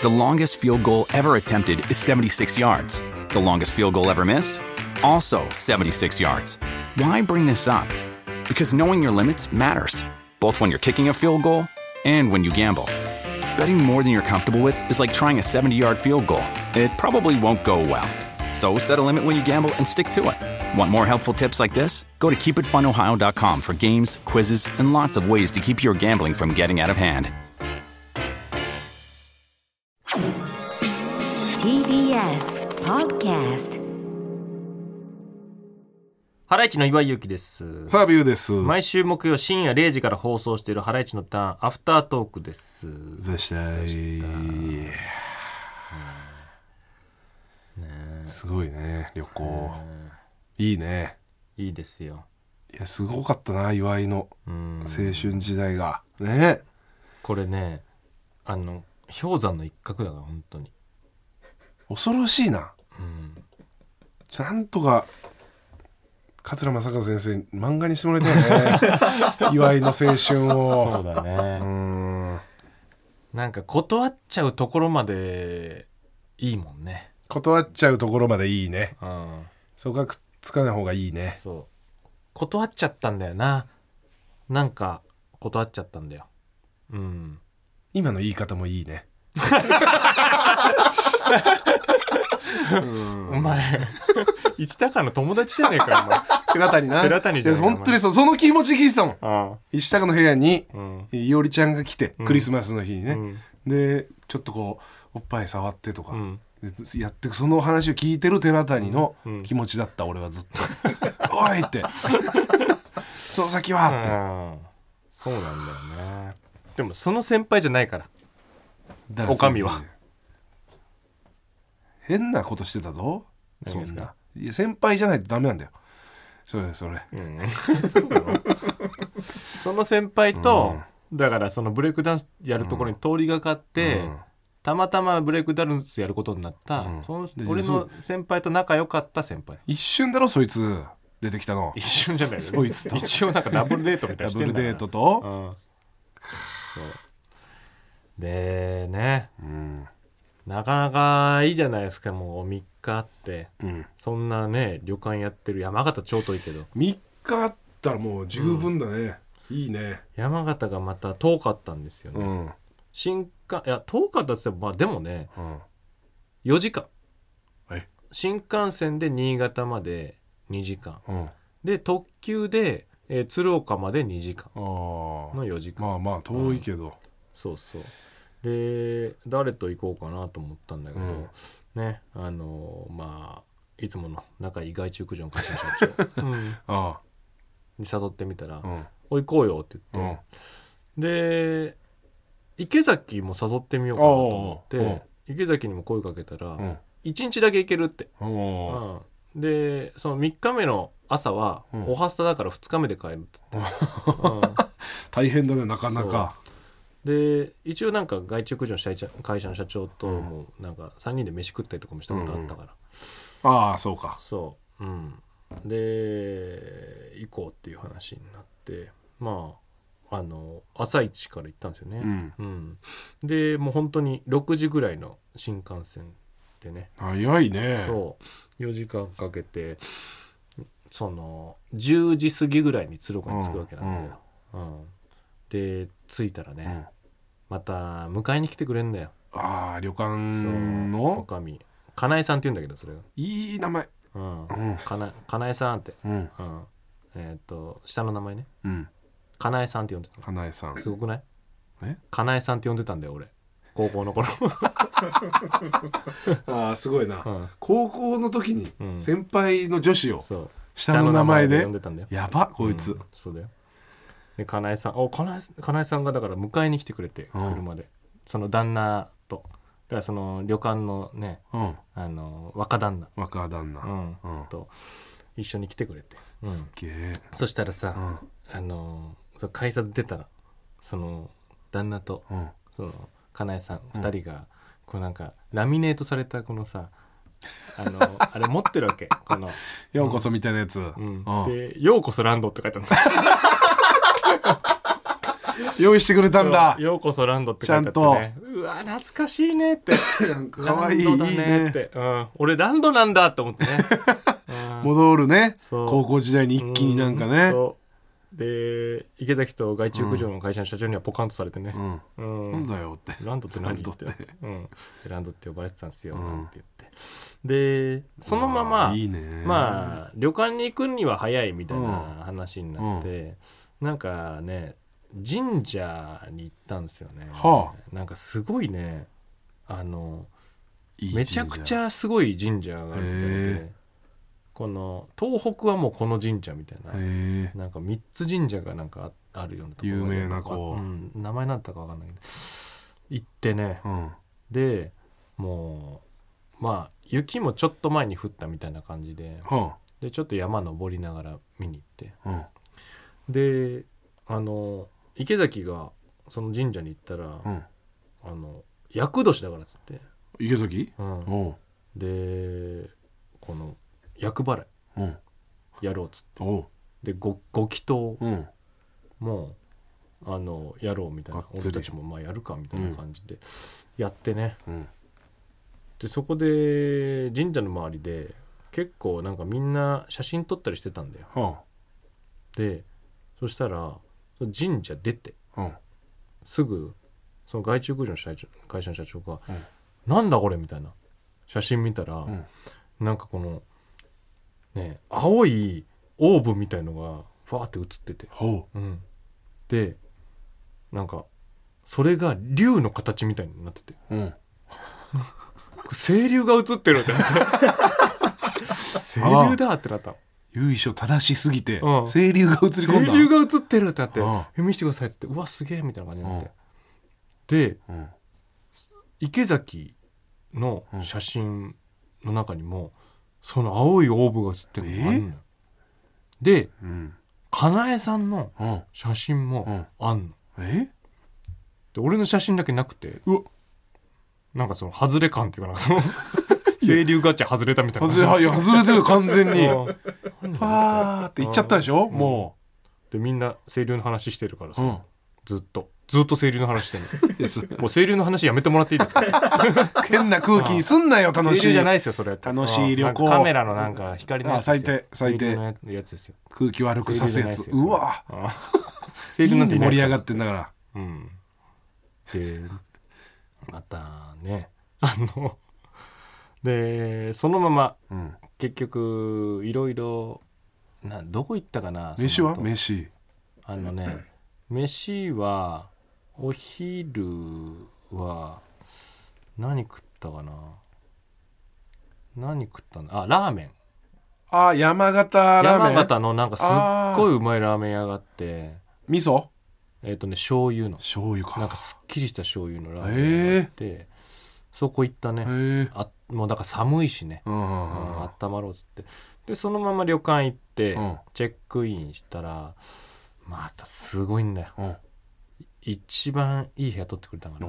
The longest field goal ever attempted is 76 yards. The longest field goal ever missed? Also 76 yards. Why bring this up? Because knowing your limits matters, both when you're kicking a field goal and when you gamble. Betting more than you're comfortable with is like trying a 70-yard field goal. It probably won't go well. So set a limit when you gamble and stick to it. Want more helpful tips like this? Go to keepitfunohio.com for games, quizzes, and lots of ways to keep your gambling from getting out of hand. TBS Podcast。 ハライチの岩井ゆきです。 サービューです。 毎週木曜深夜0時から放送しているハライチのターンアフタートークです。 でしたい。すごいね、旅行。いいね。 いいですよ。 いや、すごかったな、岩井の青春時代がね。 これね、氷山の一角だから本当に恐ろしいな、ちゃんとか桂正和先生漫画にしてもらいたいね岩井の青春を。 そうだね。なんか断っちゃうところまでいいもんね。 断っちゃうところまでいいね、そこがくっつかない方がいいね。 そう断っちゃったんだよな。なんか断っちゃったんだよ。 今の言い方もいいねお前市高の友達じゃねえかお前。 寺谷な。 寺谷じゃねえか。 本当にその気持ち聞いてたもん。石高の部屋に、いおりちゃんが来て、クリスマスの日にね、でちょっとこうおっぱい触ってとか、やってその話を聞いてる寺谷の気持ちだった、俺はずっとおいってその先はって、 そうなんだよね。でもその先輩じゃないからおかみは変なことしてたぞ。そんな、いや先輩じゃないとダメなんだよ。それ、そうその先輩と、だからそのブレイクダンスやるところに通りがかって、たまたまブレイクダンスやることになった、俺の先輩と仲良かった先輩。 一瞬だろそいつ出てきたの。 一瞬じゃないよね。 そいつと一応なんかダブルデートみたいなしてんだから。 ダブルデートと、 そうでね、なかなかいいじゃないですか。もう3日あって、そんなね旅館やってる山形超遠いけど 3日あったらもう十分だね、いいね。 山形がまた遠かったんですよね、いや遠かったって言っても、でもね、4時間、新幹線で新潟まで2時間、で特急で、鶴岡まで2時間の4時間。 まあ遠いけど、 そうそう。で誰と行こうかなと思ったんだけど、ね、いつもの仲いい外注駆除の会社の社長、に誘ってみたら、おい行こうよって言って、で池崎も誘ってみようかなと思って、池崎にも声かけたら、1日だけ行けるって、でその3日目の朝は、おはスタだから2日目で帰るって言って、 大変だねなかなか。 で一応なんか外注駆除の会社の社長ともなんか3人で飯食ったりとかもしたことあったから、 そうか、 そう、で行こうっていう話になって、朝一から行ったんですよね、でもう本当に6時ぐらいの新幹線でね。 早いね。 そう4時間かけてその10時過ぎぐらいに鶴岡に着くわけなんだよ、で着いたらね、また迎えに来てくれんだよ。 旅館のおかみかなえさんって言うんだけど、それがいい名前、 かなえさんって、下の名前ね、かなえさんって呼んでたの。 かなえさんすごくない？かなえさんって呼んでたんだよ俺高校の頃すごいな、高校の時に先輩の女子を下の名名前で呼んでたんだよ。 やばこいつ、 そうだよ。でかなえさんがだから迎えに来てくれて、車でその旦那と、だからその旅館のね、若旦那と一緒に来てくれて、 すげえ。 そしたらさ、そ改札出たらその旦那と、そのかなえさん2人が、こうなんかラミネートされたこのさあれ持ってるわけこのようこそみたいなやつ、 でようこそランドって書いてある用意してくれたんだ。 ようこそランドって書いてあってね、うわ懐かしいねってかわいいランドだねって、俺ランドなんだって思ってね戻るね、高校時代に一気になんかね、 で池崎と外注駆除の会社の社長にはポカンとされてね、 なんだよって、 ランドって何って、ランドって呼ばれてたんですよ、なんて言って、でそのままいいね、 まあ旅館に行くには早いみたいな話になって、なんかね神社に行ったんですよね、なんかすごいねめちゃくちゃすごい神社があるみたいで、この東北はもうこの神社みたいな、なんか3つ神社がなんかあるようなところ、 有名なこう、名前なんだったか分かんないけど行ってね、でもうまあ雪もちょっと前に降ったみたいな感じで、でちょっと山登りながら見に行って、で池崎がその神社に行ったら、厄年だからっつって池崎、 でこの厄払いやろうっつって、でご祈祷もやろうみたいな、俺たちもまあやるかみたいな感じでやってね、でそこで神社の周りで結構なんかみんな写真撮ったりしてたんだよ、でそしたら神社出て、すぐその外注駆除の会社の社長が、なんだこれみたいな写真見たら、なんかこのね青いオーブみたいのがファーって写ってて、でなんかそれが竜の形みたいになってて、清流が映ってるってなって清流だってなったの。 由緒正しすぎて、清流が映り込んだ。 清流が映ってるってなって、見せてくださいって言って、うわすげえみたいな感じになって、で、池崎の写真の中にもその青いオーブが写ってるのがあるのよ、で、かなえさんの写真もあんの、で俺の写真だけなくて、なんかその外れ感っていうかな、その清流ガチャ外れたみたいな、 外れてる完全にファーって言っちゃったでしょ、もうでみんな清流の話してるからさ、ずっと清流の話してるのもう清流の話やめてもらっていいですか変な空気にすんなよ、楽しい清流じゃないですよそれ、 楽しい旅行、 カメラのなんか光のやつですよ、 最低のやつですよ、 空気悪くさすやつ、うわ清流なんていない盛り上がってんだから、 でまたねでそのまま、結局いろいろどこ行ったかな、 飯は飯はお昼は何食ったかな、何食ったの、ラーメン、 山形ラーメン、 山形のなんかすっごいうまいラーメン屋があって、 味噌醤油のか、 なんかすっきりした醤油のラーメンがあって、そこ行ったね、もうだから寒いしね、あったまろうっつって、でそのまま旅館行って、チェックインしたらまたすごいんだよ、一番いい部屋取ってくれたから、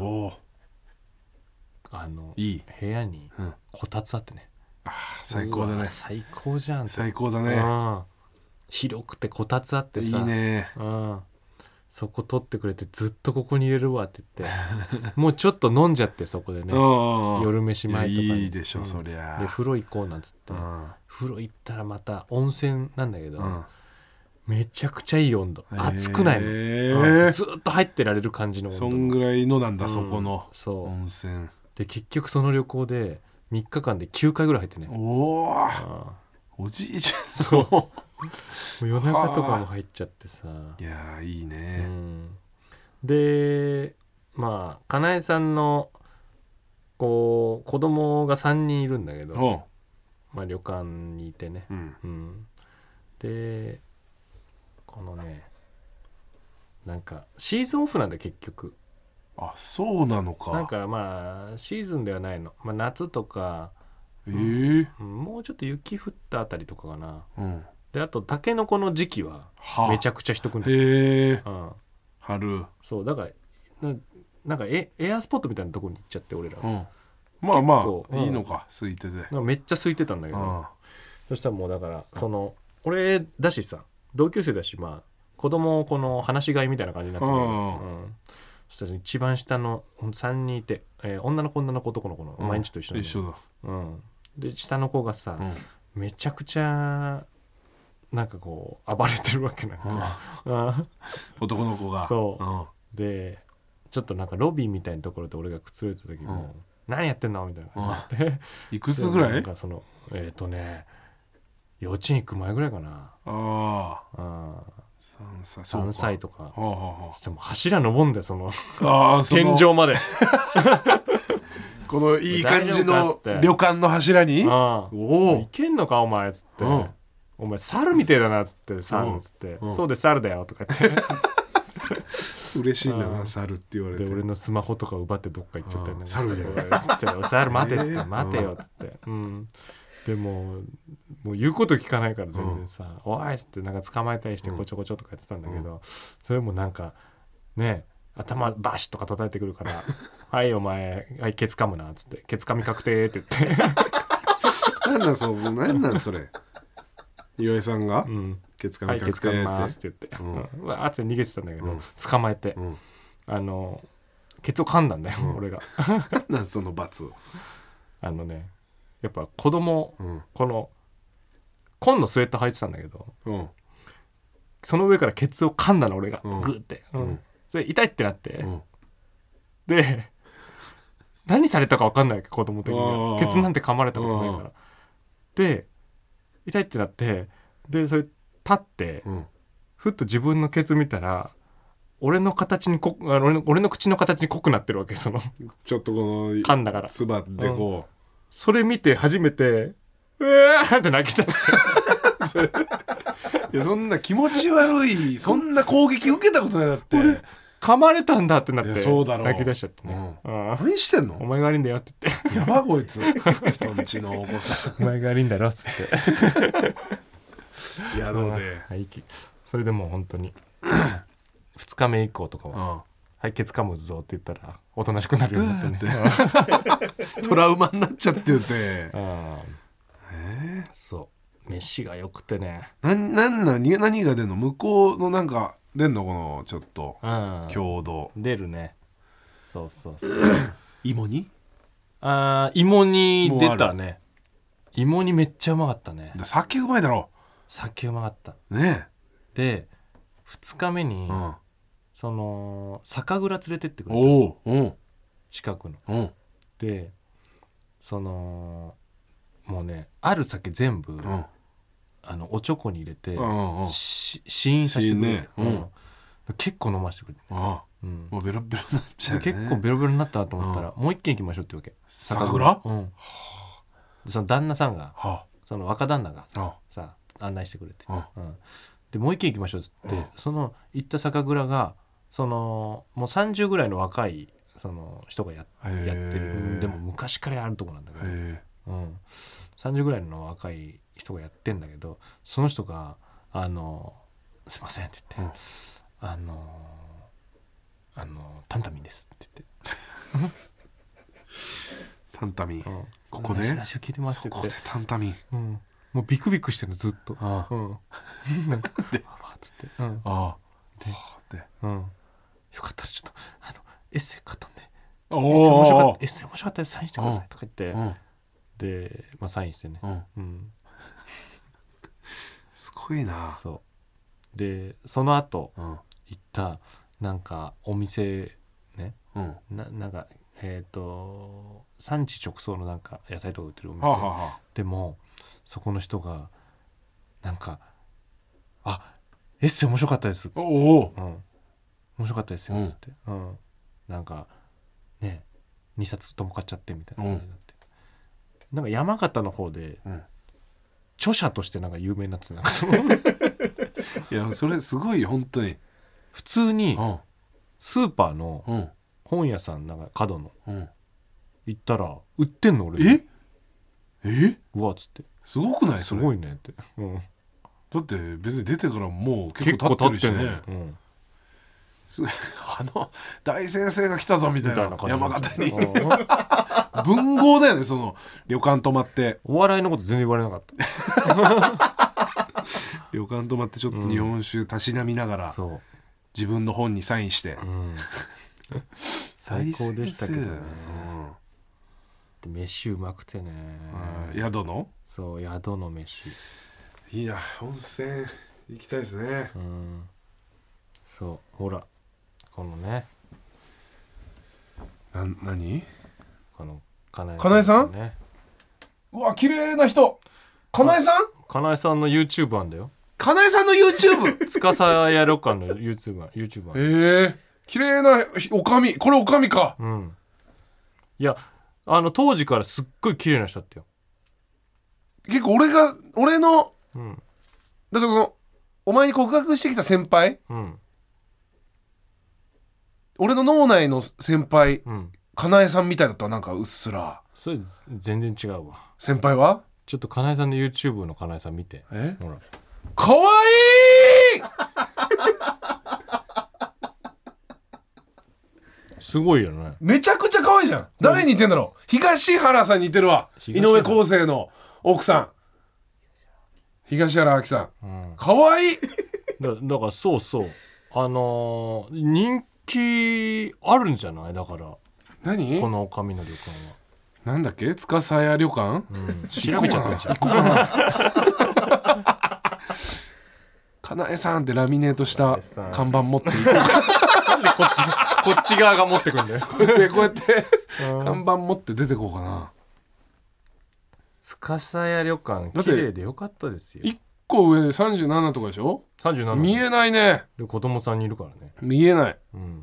部屋にこたつあってね、 最高だね、 最高じゃん、 最高だね、 広くてこたつあってさ、 いいね、 そこ取ってくれて、ずっとここに入れるわって言ってもうちょっと飲んじゃって、そこでね夜飯前とかにいいでしょ、そりゃで風呂行こうなんつって、風呂行ったらまた温泉なんだけど、めちゃくちゃいい温度、熱くないの、ずっと入ってられる感じの温度、 そんぐらいのなんだ、そこの温泉で、結局その旅行で3日間で9回ぐらい入ってね、 おじいちゃん、そう夜中とかも入っちゃってさ、 いやいいね、 でまあかなえさんの子供が3人いるんだけど、旅館にいてね、でこのねなんかシーズンオフなんだ結局、 そうなのか、 なんかまあシーズンではないの、夏とか、もうちょっと雪降ったあたりとかかな、であとタケノコの時期はめちゃくちゃ人来る、 春、 そうだからなんかエアスポットみたいなところに行っちゃって、俺ら、 まあいいのか、空いてて、 めっちゃ空いてたんだけど、そしたらもうだからその俺だしさ、同級生だし、 子供この話し飼いみたいな感じになってる、そしたら一番下の3人いて、女の子男の子の毎日と一緒なんだ、 一緒だ、 で下の子がさ、めちゃくちゃなんかこう暴れてるわけなんか、 男の子がそう、でちょっとなんかロビーみたいなところで俺がくつろいだ時も、何やってんのみたいな感じで、 いくつぐらい？ なんかその幼稚園行く前ぐらいかな。3歳とか。でも柱登んでその天井までこのいい感じの旅館の柱にいけんのかお前っつって、お前猿みてえだなっつって猿っつって、そうで猿だよとか言って嬉しいんだな、猿って言われて。 で俺のスマホとか奪ってどっか行っちゃったりなんか猿だよっつって猿待てっつって待てよっつって、でもう言うこと聞かないから全然さ、おいっつってなんか捕まえたりしてこちょこちょとかやってたんだけど、それもなんかね頭バシッとか叩いてくるからはいお前はいケツ噛むなっつってケツ噛み確定って言ってなんなんそれ岩井さんが、ケツ噛み確定って、 はいケツ噛みますって言って、わーって逃げてたんだけど、捕まえて、ケツを噛んだんだよ、俺がなんその罰やっぱ子供、この紺のスウェット履いてたんだけど、その上からケツを噛んだの俺が、グーって、それ痛いってなって、で何されたか分かんないわけ子供的には。ケツなんて噛まれたことないから。で痛いってなって、でそれ立って、ふっと自分のケツ見たら俺の口の形に濃くなってるわけ。そのちょっとこの噛んだからつばってこう、 それ見て初めてうわーって泣き出していやそんな気持ち悪いそんな攻撃受けたことないだって噛まれたんだってなってそうだろう泣き出しちゃってね、 何してんのお前が悪いんだよって言ってやばこいつ人んちのお子さんお前が悪いんだろっつって宿で、 それでもう本当に2日目以降とかははいケツ噛むぞって言ったらおとなしくなるようになってねトラウマになっちゃってるってそう飯が良くてね何が出んの向こうのなんか出んのこのちょっと郷土出るね。そう芋煮芋煮出たね。芋煮めっちゃうまかったね。 酒うまいだろ。 酒うまかったね。 で2日目に、その酒蔵連れてってくれた近くの、でそのもうねある酒全部、おちょこに入れて、試飲させてくれて、結構飲ませてくれて、 もうベロベロになっちゃうね。 結構ベロベロになったなと思ったら、もう一軒行きましょうってわけ。 酒蔵？ でその旦那さんが、その若旦那がさ案内してくれて、でもう一軒行きましょうっつって、その行った酒蔵がそのもう30ぐらいの若いその人がやってる、でも昔からあるとこなんだけど、30ぐらいの若い人がやってんだけど、その人がすいませんって言って、タンタミンですって言ってタンタミン、ここで話を聞いてますって言って、 そこでタンタミン、 もうビクビクしてるのずっと、 でつって、 でよかったらちょっとエッセイ買ったんで、エッセイ面白かったです、サインしてくださいとか言って、で、サインしてね、 すごいな。 そうでその後、行ったなんかお店ね、なんか産地直送のなんか野菜とか売ってるお店、でもそこの人がなんかエッセイ面白かったですって、面白かったですよって、なんかね2冊とも買っちゃってみたいな感じになって、なんか山形の方で、著者としてなんか有名になってた、なんかそのいやそれすごいよ本当に。 普通にスーパーの本屋さんなんか角の、行ったら売ってんの俺。うわっつって、 すごくないそれ。 すごいねって、 だって別に出てからもう結構経ってるしね。大先生が来たぞみたいな山形に文豪だよね。その旅館泊まってお笑いのこと全然言われなかった旅館泊まってちょっと日本酒たしなみながら、 そう自分の本にサインして、 最高でしたけどね、で飯うまくてね、 宿のそう宿の飯いや温泉行きたいですね、 そうほらこのね何このかなえさん、ね、うわ綺麗な人かなえさんかなえさんの YouTube あんだよかなえさんの YouTube 司屋旅館の YouTuber 綺麗なおかみこれおかみか、 いや当時からすっごい綺麗な人だったよ結構俺の、だからそのお前に告白してきた先輩、俺の脳内の先輩、かなえさんみたいだったわなんかうっすらそれ全然違うわ先輩はちょっとかなえさんの YouTube のかなえさん見てほらかわいいすごいよねめちゃくちゃ可愛いじゃん、誰に似てんだろう東原さんに似てるわ井上康生の奥さん東原亜希さん、可愛いだからそう人気あるんじゃないだから何このおかみの旅館はなんだっけ司屋旅館、 調べちゃったでしょ行こうかなかなえさんってラミネートした看板持っていこうかなんでこっち側が持ってくんだよこうやって看板持って出てこうかな司屋旅館綺麗でよかったですよ 1個上で37とかでしょ 37 見えないねで子供さんにいるからね見えない、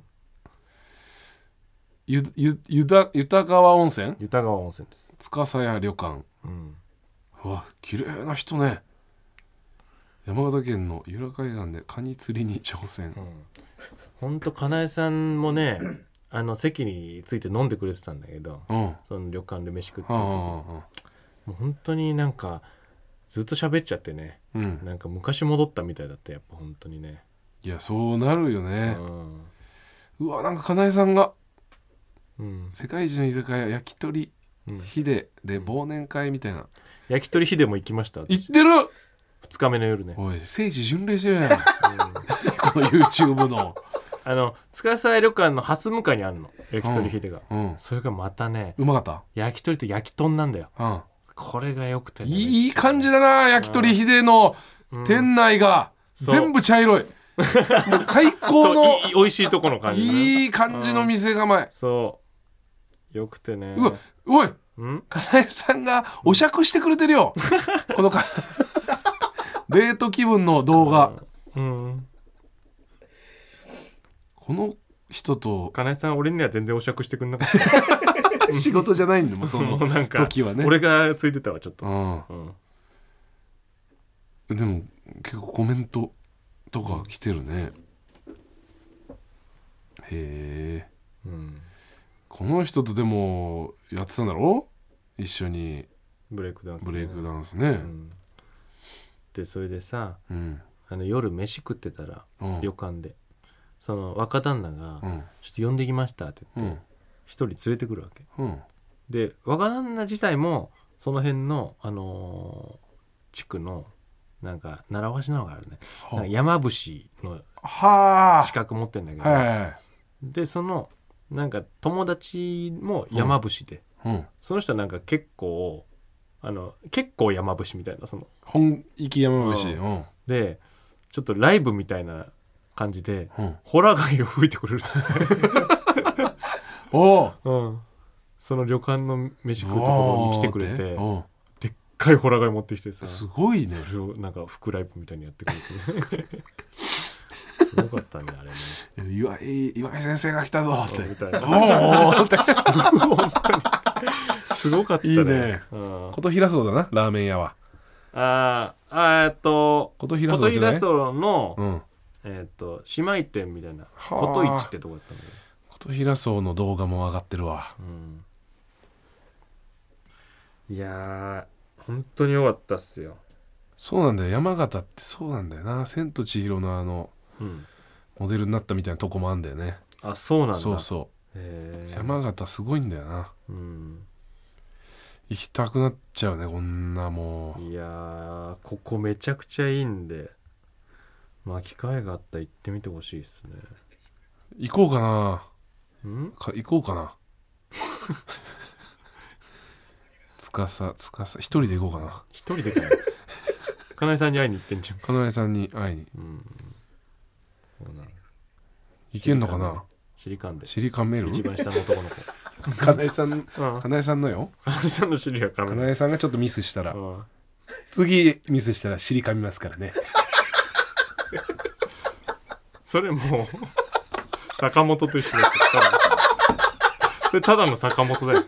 湯田川温泉湯田川温泉です司屋旅館、うわ綺麗な人ね山形県の由良海岸でカニ釣りに挑戦、 ほんとかなえさんもね席について飲んでくれてたんだけど、その旅館で飯食ってる時もう本当になんかずっと喋っちゃってね、なんか昔戻ったみたいだったやっぱ本当にねいやそうなるよね、うわなんかかなえさんが、世界一の居酒屋焼き鳥ヒデで忘年会みたいな、 焼き鳥ヒデも行きました行ってる 2日目の夜ねおい聖地巡礼しようやこの YouTube の司屋旅館の蓮向かいにあるの焼き鳥ヒデが、それがまたねうまかった。 焼き鳥って焼き豚なんだよ、これがよくて、ね、 いい感じだな焼き鳥ヒデの店内が、全部茶色いもう最高の美味しいとこの感じ、 いい感じの店構え、 そうよくてねうわおいかなえさんがお酌してくれてるよこのデート気分の動画、この人とかなえさん俺には全然お酌してくんなかった仕事じゃないんだもんその時はね俺がついてたわちょっと、 でも結構コメントとか来てるね、へえ、この人とでもやってたんだろ一緒にブレイクダンスね、 でそれでさ、夜飯食ってたら、旅館でその若旦那が、ちょっと呼んできましたって言って一、人連れてくるわけ、で若旦那自体もその辺の地区のなんか習わしなのがあるね、なんか山伏の資格持ってんだけど、でそのなんか友達も山伏で、その人はなんか結構山伏みたいなその本気山伏、 でちょっとライブみたいな感じで、ホラ貝を吹いてくれるっすその旅館の飯食うところに来てくれて、でっかいホラ貝持ってきてさ、 すごいね、 それをなんか副ライブみたいにやってくれてすごかったねあれね、 岩井先生が来たぞってみたいな本当にすごかったね。 いいね。琴平荘だなラーメン屋は。琴平荘の、姉妹店みたいな琴市ってとこだったんだよ。 琴平荘の動画も上がってるわ、 いやー本当に良かったっすよ。 そうなんだよ山形ってそうなんだよな、千と千尋のモデルになったみたいなとこもあんだよね。 あ、そうなんだ。 そうそう、山形すごいんだよな、行きたくなっちゃうねこんなもう。 いやーここめちゃくちゃいいんでまあ機会があったら行ってみてほしいですね。 行こうかな。行こうかな。つかさ一人で行こうかな。 一人でかい。金井さんに会いに行ってんじゃん。 金井さんに会いに。 そうなの。 行けんのかな。 シリカンで。 シリカンメール。 一番下の男の子。 金井さん、金井さんのよ。 金井さんのシリはカメラ。 金井さんがちょっとミスしたら、次ミスしたらシリ噛みますからね。 それもう坂本と一緒です。ただの坂本だよ。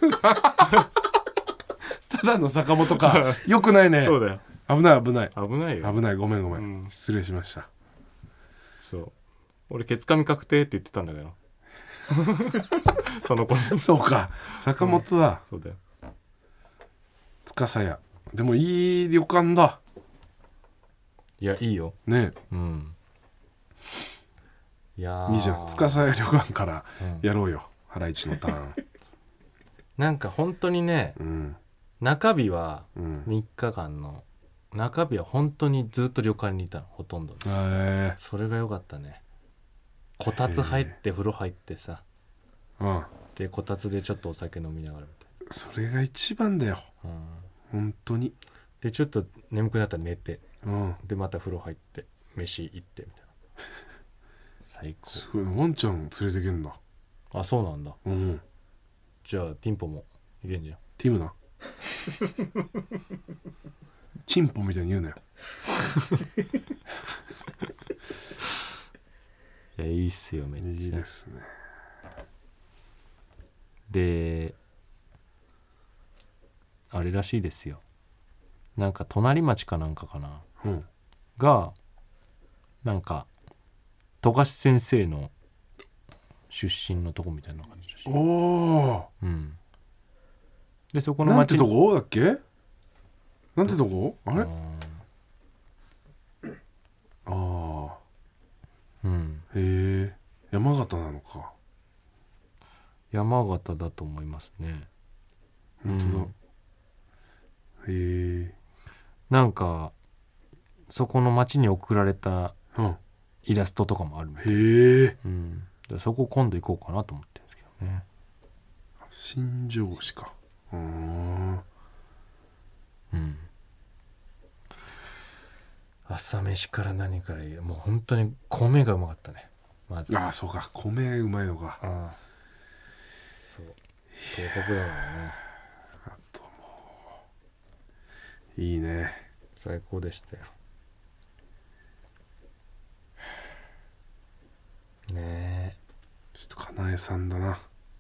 ただの坂本か。よくないね。 そうだよ。 危ない危ない。 危ないよ。 危ない。ごめん、失礼しました。 そう。俺ケツ噛み確定って言ってたんだけど。その子に。 そうか。坂本だ。 そうだよ。 司屋。でもいい旅館だ。 いやいいよ。 ね。 いやいいじゃん。司屋旅館からやろうよ。ハライチのターン。 なんか本当にね、中日は3日間の中日は本当にずっと旅館にいたの、ほとんど。それが良かったね。こたつ入って風呂入ってさ、でこたつでちょっとお酒飲みながらみたいな。 それが一番だよ。本当に。 でちょっと眠くなったら寝て、でまた風呂入って飯行ってみたいな。最高。 すごい。ワンちゃん連れてけんだ。 あ、そうなんだ。じゃあティンポもいけんじゃん。 ティムな。チンポみたいに言うなよ。 いや、いいっすよ、めっちゃ。 いいですね。 であれらしいですよ。なんか隣町かなんかかな、がなんか富樫先生の出身のとこみたいな感じらしい。でそこの町なんてとこだっけ。なんてとこ。あれ。へえ。山形なのか。 山形だと思いますね。 本当だ。へえ。 なんかそこの町に送られたイラストとかもあるみたい。 へえ。 そこ今度行こうかなと思ってるんですけどね。 新庄市か。 朝飯から何からいい。もう本当に米がうまかったね。まず。 そうか。米うまいのか。 そう。東北だからね。 あともういいね。 最高でしたよ。ねえ。 ちょっとかなえさんだな。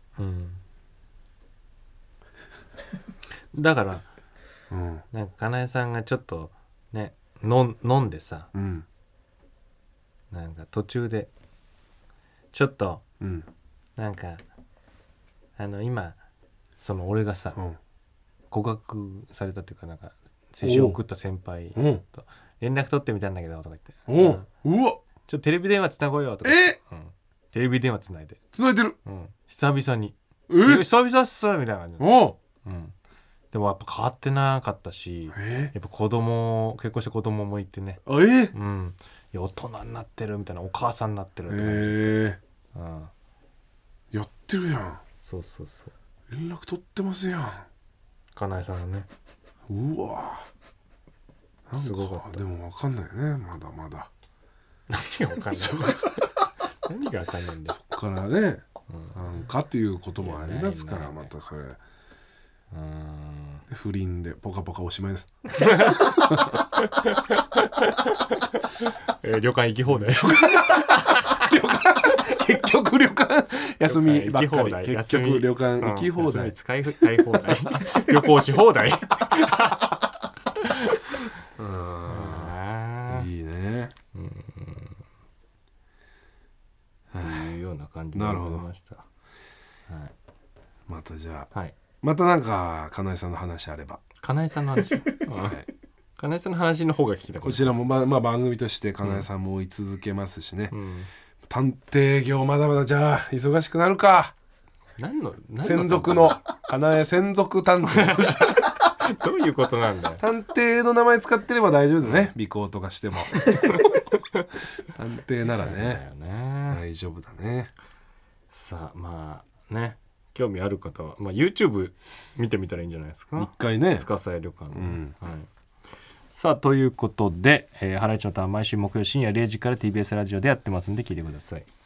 だから、なんかかなえさんがちょっとね飲んでさ、なんか途中でちょっと、なんか今その俺がさ、告白されたっていうか、なんか青春を送った先輩と連絡取ってみたんだけどとか言って、 うわ、 ちょっとテレビ電話つなごうよとか言って、テレビ電話つないで繋いでる、 久々に久々っすみたいな感じで、でもやっぱ変わってなかったし、やっぱ結婚した子供もいてね、いや大人になってるみたいな、お母さんになってるって感じ、 やってるやん。 そうそうそう、 連絡取ってますやん、 かなえさんがね。 うわなんかすごかった。 でも分かんないね、まだまだ。 何が分かんない何が分かんないんだよ。 そっからね、なんかっていうこともありますから、またそれ不倫でポカポカおしまいです。 旅館行き放題結局旅館休みばっかり、結局旅館行き放題、 使い放題旅行し放題いいねっていうような感じでございました。 またじゃあ、またなんかかなえさんの話あれば。 かなえさんの話かなえさんの話の方が聞きたい。 こちらもまあ番組としてかなえさんも追い続けますしね、探偵業まだまだじゃあ忙しくなるか。 何の専属のかなえ専属探偵としてどういうことなんだよ。 探偵の名前使ってれば大丈夫だね、尾行とかしても探偵ならね大丈夫だね。 さあまあね興味ある方は、YouTube 見てみたらいいんじゃないですか。 一回ね司旅館の、さあということで、ハライチのターン毎週木曜深夜0時から TBS ラジオでやってますんで聞いてください。